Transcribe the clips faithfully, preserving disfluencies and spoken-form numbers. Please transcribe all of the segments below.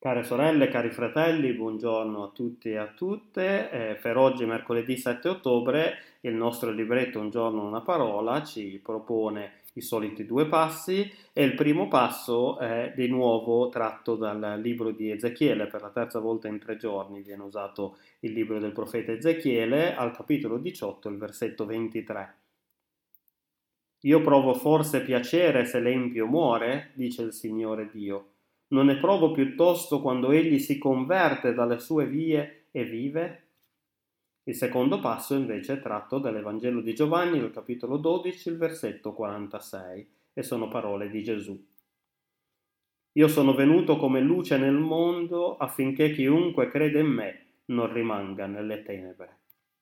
Care sorelle, cari fratelli, buongiorno a tutti e a tutte. Eh, per oggi, mercoledì sette ottobre, il nostro libretto Un giorno una parola ci propone i soliti due passi e il primo passo è di nuovo tratto dal libro di Ezechiele. Per la terza volta in tre giorni viene usato il libro del profeta Ezechiele, al capitolo diciotto, il versetto ventitré. Io provo forse piacere se l'empio muore, dice il Signore Dio. Non ne provo piuttosto quando egli si converte dalle sue vie e vive? Il secondo passo invece è tratto dall'Evangelo di Giovanni, il capitolo dodici, il versetto quarantasei, e sono parole di Gesù. Io sono venuto come luce nel mondo affinché chiunque crede in me non rimanga nelle tenebre.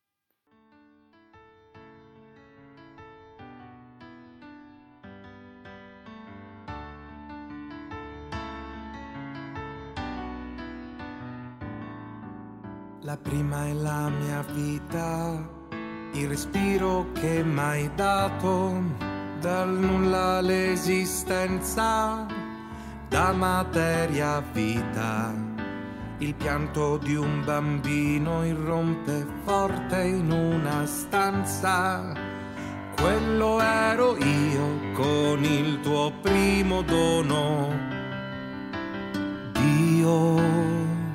La prima è la mia vita, il respiro che m'hai dato, dal nulla l'esistenza, da materia a vita. Il pianto di un bambino irrompe forte in una stanza. Quello ero io con il tuo primo dono, Dio.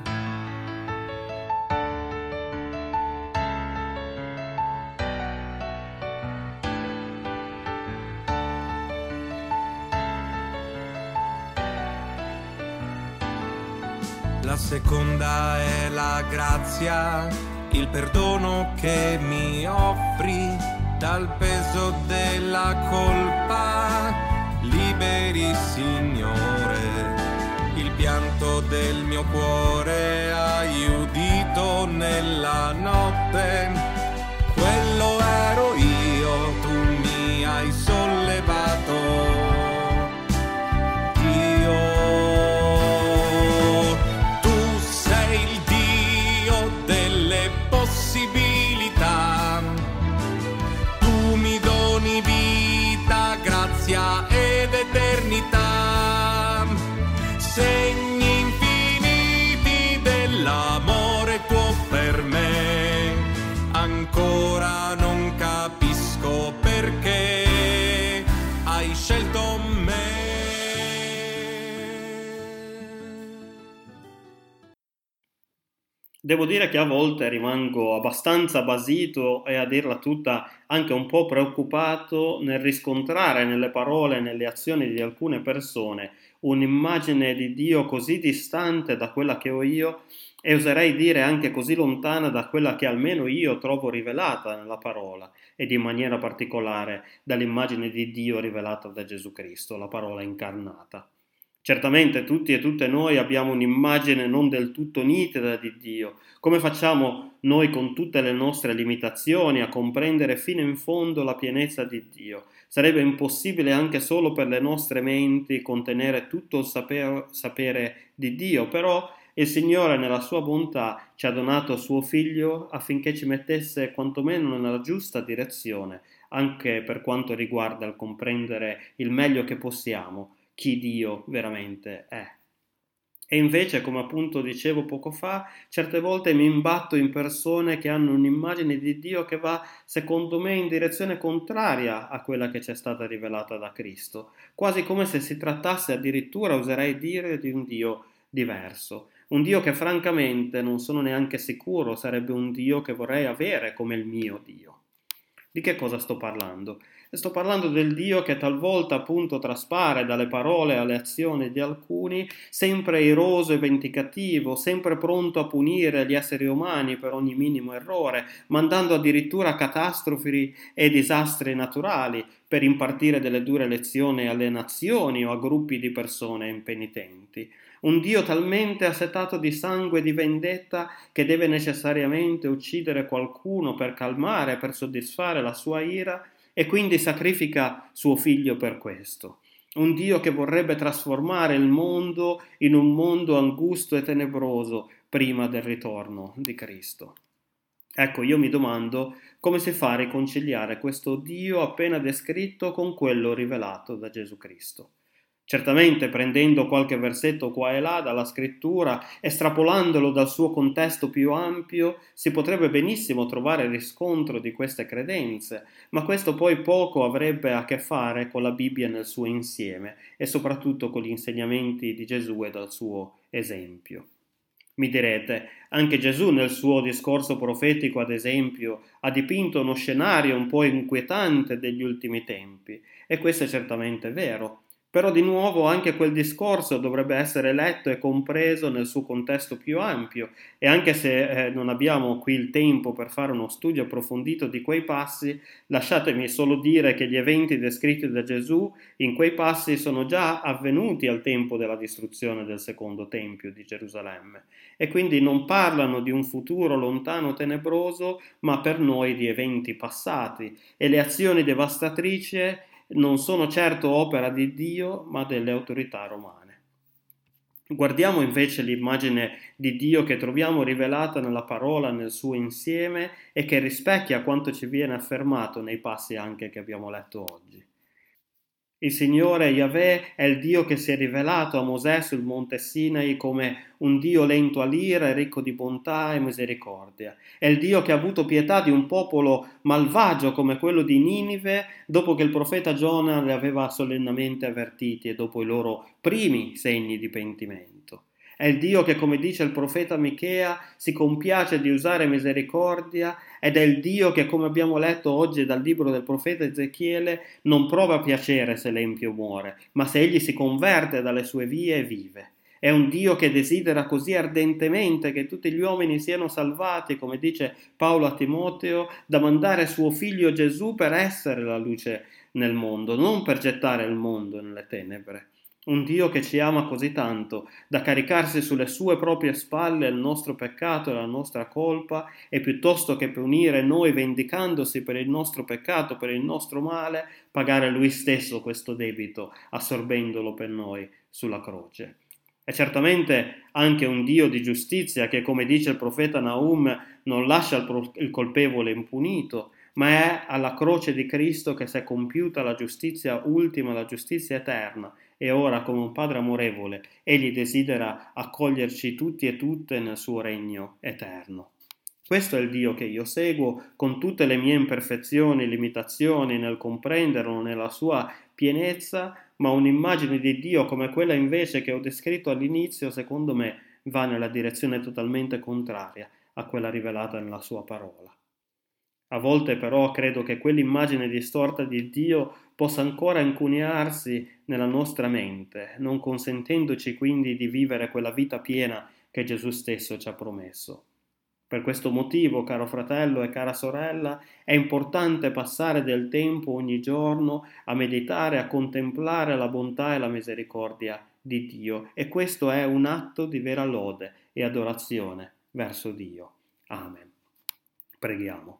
La seconda è la grazia, il perdono che mi offri dal peso della colpa. Liberi, Signore, il pianto del mio cuore hai udito nella notte. Quello ero io, tu mi hai sollevato. Ed eternità, segni infiniti dell'amore tuo per me. Ancora non capisco perché hai scelto me. Devo dire che a volte rimango abbastanza basito e a dirla tutta anche un po' preoccupato nel riscontrare nelle parole e nelle azioni di alcune persone un'immagine di Dio così distante da quella che ho io e oserei dire anche così lontana da quella che almeno io trovo rivelata nella parola ed in maniera particolare dall'immagine di Dio rivelata da Gesù Cristo, la parola incarnata. Certamente tutti e tutte noi abbiamo un'immagine non del tutto nitida di Dio. Come facciamo noi con tutte le nostre limitazioni a comprendere fino in fondo la pienezza di Dio? Sarebbe impossibile anche solo per le nostre menti contenere tutto il sapere, sapere di Dio, però il Signore nella sua bontà ci ha donato suo Figlio affinché ci mettesse quantomeno nella giusta direzione, anche per quanto riguarda il comprendere il meglio che possiamo chi Dio veramente è. E invece, come appunto dicevo poco fa, certe volte mi imbatto in persone che hanno un'immagine di Dio che va, secondo me, in direzione contraria a quella che ci è stata rivelata da Cristo, quasi come se si trattasse addirittura, oserei dire, di un Dio diverso. Un Dio che francamente non sono neanche sicuro sarebbe un Dio che vorrei avere come il mio Dio. Di che cosa sto parlando? Sto parlando del Dio che talvolta appunto traspare dalle parole alle azioni di alcuni, sempre iroso e vendicativo, sempre pronto a punire gli esseri umani per ogni minimo errore, mandando addirittura catastrofi e disastri naturali per impartire delle dure lezioni alle nazioni o a gruppi di persone impenitenti. Un Dio talmente assetato di sangue e di vendetta che deve necessariamente uccidere qualcuno per calmare, per soddisfare la sua ira e quindi sacrifica suo figlio per questo. Un Dio che vorrebbe trasformare il mondo in un mondo angusto e tenebroso prima del ritorno di Cristo. Ecco, io mi domando come si fa a riconciliare questo Dio appena descritto con quello rivelato da Gesù Cristo. Certamente prendendo qualche versetto qua e là dalla scrittura, estrapolandolo dal suo contesto più ampio, si potrebbe benissimo trovare riscontro di queste credenze, ma questo poi poco avrebbe a che fare con la Bibbia nel suo insieme e soprattutto con gli insegnamenti di Gesù e dal suo esempio. Mi direte, anche Gesù nel suo discorso profetico, ad esempio, ha dipinto uno scenario un po' inquietante degli ultimi tempi, e questo è certamente vero. Però di nuovo anche quel discorso dovrebbe essere letto e compreso nel suo contesto più ampio, e anche se eh, non abbiamo qui il tempo per fare uno studio approfondito di quei passi, lasciatemi solo dire che gli eventi descritti da Gesù in quei passi sono già avvenuti al tempo della distruzione del secondo Tempio di Gerusalemme, e quindi non parlano di un futuro lontano tenebroso, ma per noi di eventi passati, e le azioni devastatrici non sono certo opera di Dio, ma delle autorità romane. Guardiamo invece l'immagine di Dio che troviamo rivelata nella parola nel suo insieme e che rispecchia quanto ci viene affermato nei passi anche che abbiamo letto oggi. Il Signore Yahweh è il Dio che si è rivelato a Mosè sul monte Sinai come un Dio lento all'ira e ricco di bontà e misericordia. È il Dio che ha avuto pietà di un popolo malvagio come quello di Ninive dopo che il profeta Giona li aveva solennemente avvertiti e dopo i loro primi segni di pentimento. È il Dio che, come dice il profeta Michea, si compiace di usare misericordia, ed è il Dio che, come abbiamo letto oggi dal libro del profeta Ezechiele, non prova piacere se l'empio muore, ma se egli si converte dalle sue vie e vive. È un Dio che desidera così ardentemente che tutti gli uomini siano salvati, come dice Paolo a Timoteo, da mandare suo figlio Gesù per essere la luce nel mondo, non per gettare il mondo nelle tenebre. Un Dio che ci ama così tanto da caricarsi sulle sue proprie spalle il nostro peccato e la nostra colpa, e piuttosto che punire noi vendicandosi per il nostro peccato, per il nostro male, pagare lui stesso questo debito, assorbendolo per noi sulla croce. È certamente anche un Dio di giustizia che, come dice il profeta Nahum, non lascia il, pro- il colpevole impunito, ma è alla croce di Cristo che si è compiuta la giustizia ultima, la giustizia eterna, e ora, come un Padre amorevole, egli desidera accoglierci tutti e tutte nel suo regno eterno. Questo è il Dio che io seguo, con tutte le mie imperfezioni, limitazioni nel comprenderlo nella sua pienezza, ma un'immagine di Dio come quella invece che ho descritto all'inizio, secondo me, va nella direzione totalmente contraria a quella rivelata nella sua parola. A volte però credo che quell'immagine distorta di Dio possa ancora incunearsi nella nostra mente, non consentendoci quindi di vivere quella vita piena che Gesù stesso ci ha promesso. Per questo motivo, caro fratello e cara sorella, è importante passare del tempo ogni giorno a meditare, a contemplare la bontà e la misericordia di Dio, e questo è un atto di vera lode e adorazione verso Dio. Amen. Preghiamo.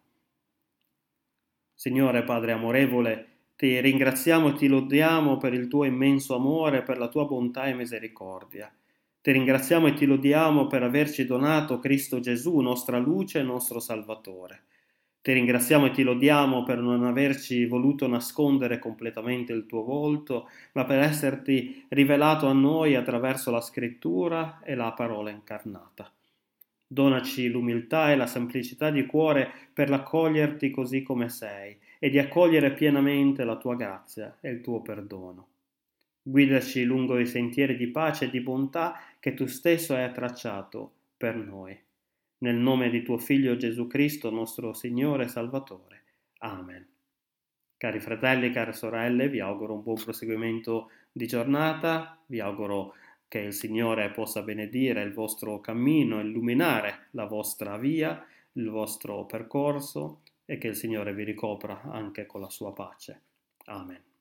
Signore Padre amorevole, ti ringraziamo e ti lodiamo per il tuo immenso amore, per la tua bontà e misericordia. Ti ringraziamo e ti lodiamo per averci donato Cristo Gesù, nostra luce e nostro Salvatore. Ti ringraziamo e ti lodiamo per non averci voluto nascondere completamente il tuo volto, ma per esserti rivelato a noi attraverso la Scrittura e la parola incarnata. Donaci l'umiltà e la semplicità di cuore per accoglierti così come sei e di accogliere pienamente la tua grazia e il tuo perdono. Guidaci lungo i sentieri di pace e di bontà che tu stesso hai tracciato per noi. Nel nome di tuo Figlio Gesù Cristo, nostro Signore e Salvatore. Amen. Cari fratelli, care sorelle, vi auguro un buon proseguimento di giornata, vi auguro che il Signore possa benedire il vostro cammino, illuminare la vostra via, il vostro percorso, e che il Signore vi ricopra anche con la sua pace. Amen.